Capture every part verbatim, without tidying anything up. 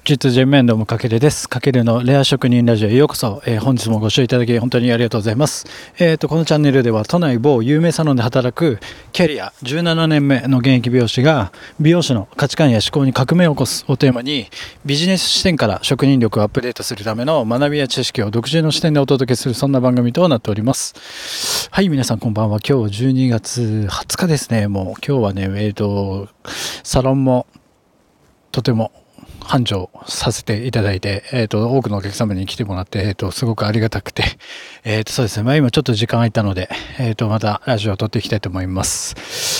実人面倒もかけるです。かけるのレア職人ラジオへようこそ。えー、本日もご視聴いただき本当にありがとうございます。えーと、このチャンネルでは都内某有名サロンで働くキャリアじゅうななねんめの現役美容師が美容師の価値観や思考に革命を起こすをテーマにビジネス視点から職人力をアップデートするための学びや知識を独自の視点でお届けするそんな番組となっております。はい、皆さんこんばんは。今日じゅうにがつはつかですね。もう今日はね、えーと、サロンもとても繁盛させていただいて、えーと、多くのお客様に来てもらって、えーと、すごくありがたくて、えーと、そうですね、まあ今ちょっと時間空いたので、えーと、またラジオを撮っていきたいと思います。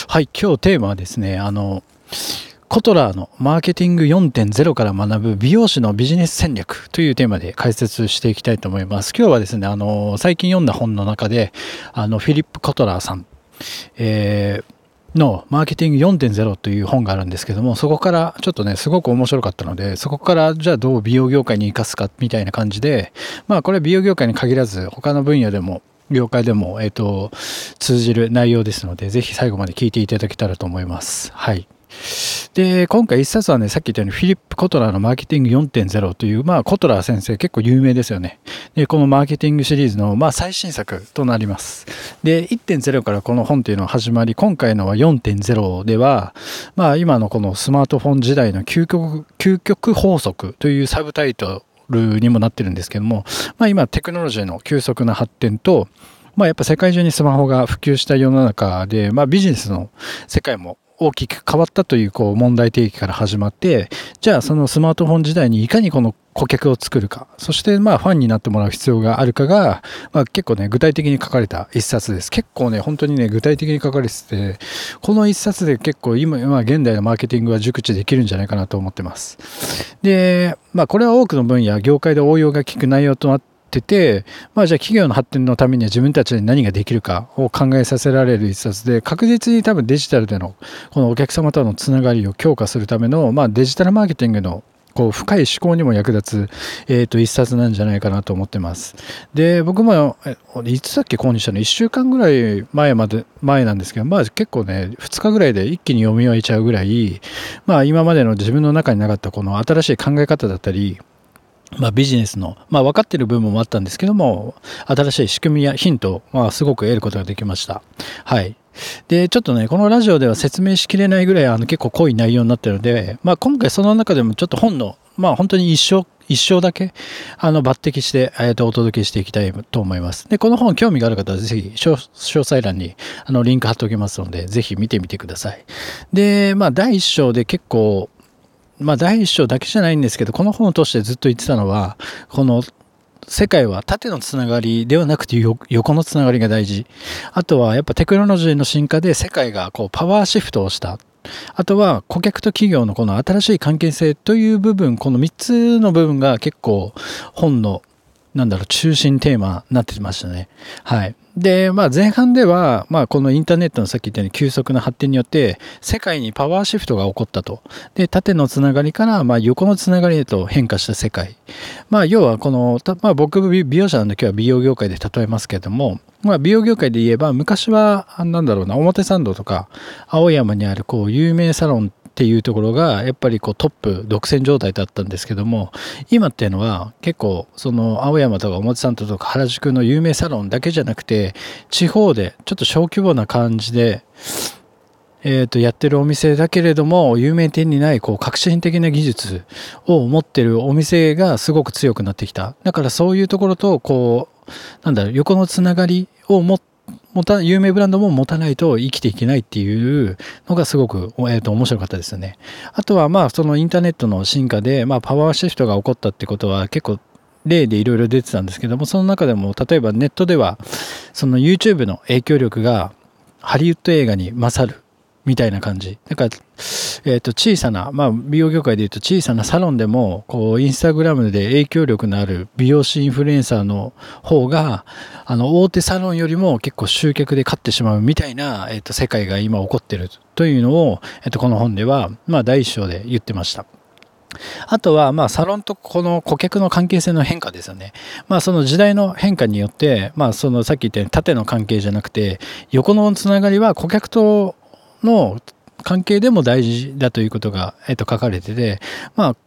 はい、今日テーマはですね、あの、コトラーのマーケティング よんてんゼロ から学ぶ美容師のビジネス戦略というテーマで解説していきたいと思います。今日はですね、あの、最近読んだ本の中で、あの、フィリップ・コトラーさん、えーのマーケティング よんてんゼロ という本があるんですけども、そこからちょっとねすごく面白かったので、そこからじゃあどう美容業界に生かすかみたいな感じで、まあこれは美容業界に限らず他の分野でも業界でも、えーと、通じる内容ですので、ぜひ最後まで聞いていただけたらと思います。はい。で、今回一冊はね、さっき言ったようにフィリップ・コトラーのマーケティング よんてんゼロ という、まあコトラー先生結構有名ですよね。で、このマーケティングシリーズの、まあ、最新作となります。で、いってんゼロ からこの本というのは始まり、今回のは よんてんゼロ では、まあ今のこのスマートフォン時代の究極、究極法則というサブタイトルにもなってるんですけども、まあ今テクノロジーの急速な発展と、まあやっぱ世界中にスマホが普及した世の中で、まあビジネスの世界も大きく変わったというこう問題提起から始まって、じゃあそのスマートフォン時代にいかにこの顧客を作るか、そしてまあファンになってもらう必要があるかが、まあ、結構ね具体的に書かれた一冊です。結構ね本当にね具体的に書かれてて、この一冊で結構今、今現代のマーケティングは熟知できるんじゃないかなと思ってます。で、まあこれは多くの分野業界で応用が効く内容となっててて、まあじゃあ企業の発展のためには自分たちで何ができるかを考えさせられる一冊で、確実に多分デジタルでのこのお客様とのつながりを強化するための、まあデジタルマーケティングのこう深い思考にも役立つ、えーと、一冊なんじゃないかなと思ってます。で、僕もいつだっけ購入したのいっしゅうかんぐらい前まで前なんですけど、まあ結構ねふつかぐらいで一気に読み終えちゃうぐらい、まあ今までの自分の中になかったこの新しい考え方だったり、まあ、ビジネスの、まあ、分かっている部分もあったんですけども、新しい仕組みやヒントを、まあ、すごく得ることができました。はい。で、ちょっとね、このラジオでは説明しきれないぐらいあの結構濃い内容になっているので、まあ、今回その中でもちょっと本の、まあ、本当に一章、一章だけ、あの、抜擢して、えっと、お届けしていきたいと思います。で、この本興味がある方はぜひ、詳細欄に、あの、リンク貼っておきますので、ぜひ見てみてください。で、まあ、第一章で結構、まあ第一章だけじゃないんですけど、この本を通してずっと言ってたのは、この世界は縦のつながりではなくて横のつながりが大事。あとはやっぱテクノロジーの進化で世界がこうパワーシフトをした。あとは顧客と企業のこの新しい関係性という部分、このみっつの部分が結構本のなんだろう中心テーマになってましたね。はい。で、まあ前半では、まあこのインターネットのさっき言ったように急速な発展によって世界にパワーシフトが起こったと。で、縦のつながりからまあ横のつながりへと変化した世界。まあ要はこの、まあ僕美容者なんで今日は美容業界で例えますけれども、まあ美容業界で言えば昔はなんだろうな、表参道とか青山にあるこう有名サロンっていうところがやっぱりこうトップ独占状態だったんですけども、今っていうのは結構その青山とか表参道とか原宿の有名サロンだけじゃなくて、地方でちょっと小規模な感じでえーとやってるお店だけれども有名店にないこう革新的な技術を持ってるお店がすごく強くなってきた。だからそういうところとこうなんだろう横のつながりを持って持た有名ブランドも持たないと生きていけないっていうのがすごく、えー、と面白かったですよね。あとはまあそのインターネットの進化で、まあ、パワーシフトが起こったってことは結構例でいろいろ出てたんですけども、その中でも例えばネットではその YouTube の影響力がハリウッド映画に勝るみたいな感じ。だから、えっと、小さな、まあ、美容業界で言うと小さなサロンでも、こう、インスタグラムで影響力のある美容師インフルエンサーの方が、あの、大手サロンよりも結構集客で勝ってしまうみたいな、えっと、世界が今起こってるというのを、えっと、この本では、まあ、第一章で言ってました。あとは、まあ、サロンとこの顧客の関係性の変化ですよね。まあ、その時代の変化によって、まあ、そのさっき言ったように縦の関係じゃなくて、横のつながりは顧客との関係でも大事だということが、えっと、書かれてて、まあ、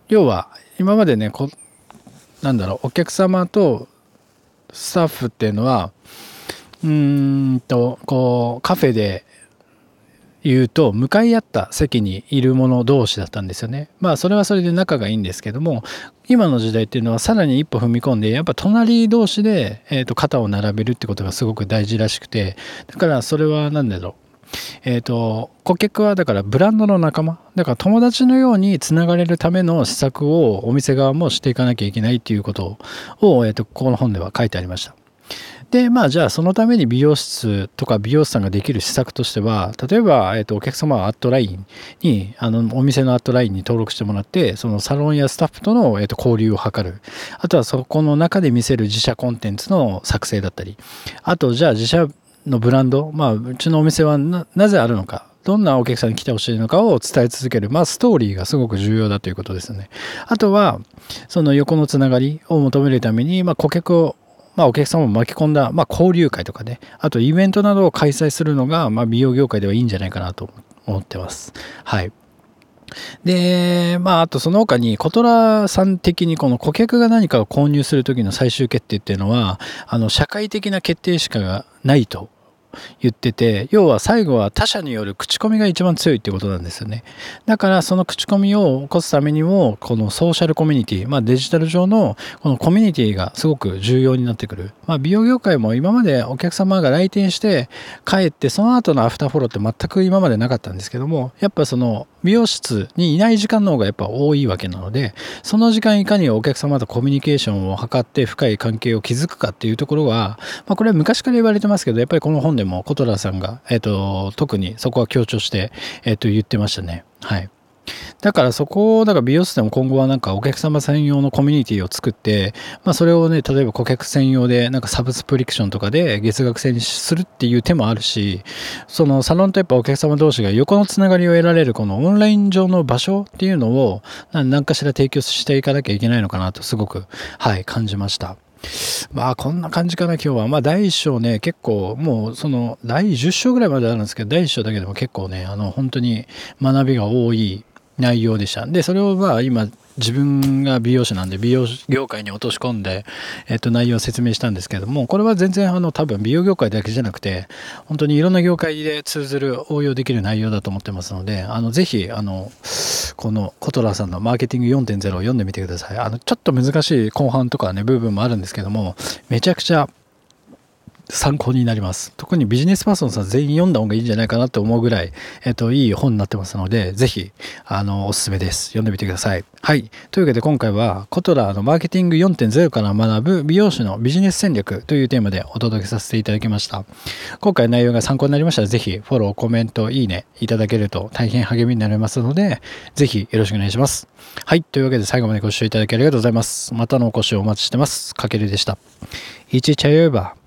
要は今までねこなんだろうお客様とスタッフっていうのはうーんとこうカフェで言うと向かい合った席にいる者同士だったんですよね。まあそれはそれで仲がいいんですけども、今の時代っていうのはさらに一歩踏み込んでやっぱ隣同士で、えー、と肩を並べるってことがすごく大事らしくて、だからそれは何だろうえー、と顧客はだからブランドの仲間だから友達のようにつながれるための施策をお店側もしていかなきゃいけないっていうことを、えー、とここの本では書いてありました。でまあじゃあそのために美容室とか美容師さんができる施策としては、例えば、えー、とお客様はアットラインにあのお店のアットラインに登録してもらって、そのサロンやスタッフとの、えー、と交流を図る、あとはそこの中で見せる自社コンテンツの作成だったり、あとじゃあ自社のブランド、まあ、うちのお店は な, なぜあるのか、どんなお客さんに来てほしいのかを伝え続ける、まあ、ストーリーがすごく重要だということですね。あとはその横のつながりを求めるために、まあ、顧客をまあ、お客様を巻き込んだ、まあ、交流会とかね、あとイベントなどを開催するのが、まあ、美容業界ではいいんじゃないかなと思ってます。はい。で、まあ、あとその他に、コトラさん的にこの顧客が何かを購入するときの最終決定っていうのは、あの、社会的な決定しかないと言ってて、要は最後は他者による口コミが一番強いってことなんですよね。だからその口コミを起こすためにも、このソーシャルコミュニティ、まあデジタル上のこのコミュニティがすごく重要になってくる。まあ美容業界も今までお客様が来店して帰ってその後のアフターフォローって全く今までなかったんですけども、やっぱその美容室にいない時間の方がやっぱ多いわけなので、その時間いかにお客様とコミュニケーションを図って深い関係を築くかっていうところは、まあこれは昔から言われてますけど、やっぱりこの本でもコトラさんが、えっと、特にそこは強調して、えっと、言ってましたね。はい。だからそこを、だから美容室でも今後はなんかお客様専用のコミュニティを作って、まあそれをね、例えば顧客専用でなんかサブスプリクションとかで月額制にするっていう手もあるし、そのサロンとやっぱお客様同士が横のつながりを得られるこのオンライン上の場所っていうのを何かしら提供していかなきゃいけないのかなとすごく、はい、感じました。まあこんな感じかな今日は。まあだいいっ章ね、結構もうそのだいじゅっ章ぐらいまであるんですけど、だいいっ章だけでも結構ね、あの本当に学びが多い内容でした。で、それをまあ今自分が美容師なんで美容業界に落とし込んで、えっと内容を説明したんですけども、これは全然あの多分美容業界だけじゃなくて、本当にいろんな業界で通ずる応用できる内容だと思ってますので、あのぜひあのこのコトラさんのマーケティング よんてんゼロ を読んでみてください。あのちょっと難しい後半とかね部分もあるんですけども、めちゃくちゃ参考になります。特にビジネスパーソンさん全員読んだ方がいいんじゃないかなと思うぐらい、えっと、いい本になってますので、ぜひ、あの、おすすめです。読んでみてください。はい。というわけで今回は、コトラのマーケティング よんてんゼロ から学ぶ美容師のビジネス戦略というテーマでお届けさせていただきました。今回内容が参考になりましたら、ぜひフォロー、コメント、いいねいただけると大変励みになりますので、ぜひよろしくお願いします。はい。というわけで最後までご視聴いただきありがとうございます。またのお越しをお待ちしてます。かけるでした。いちチャイオーバー。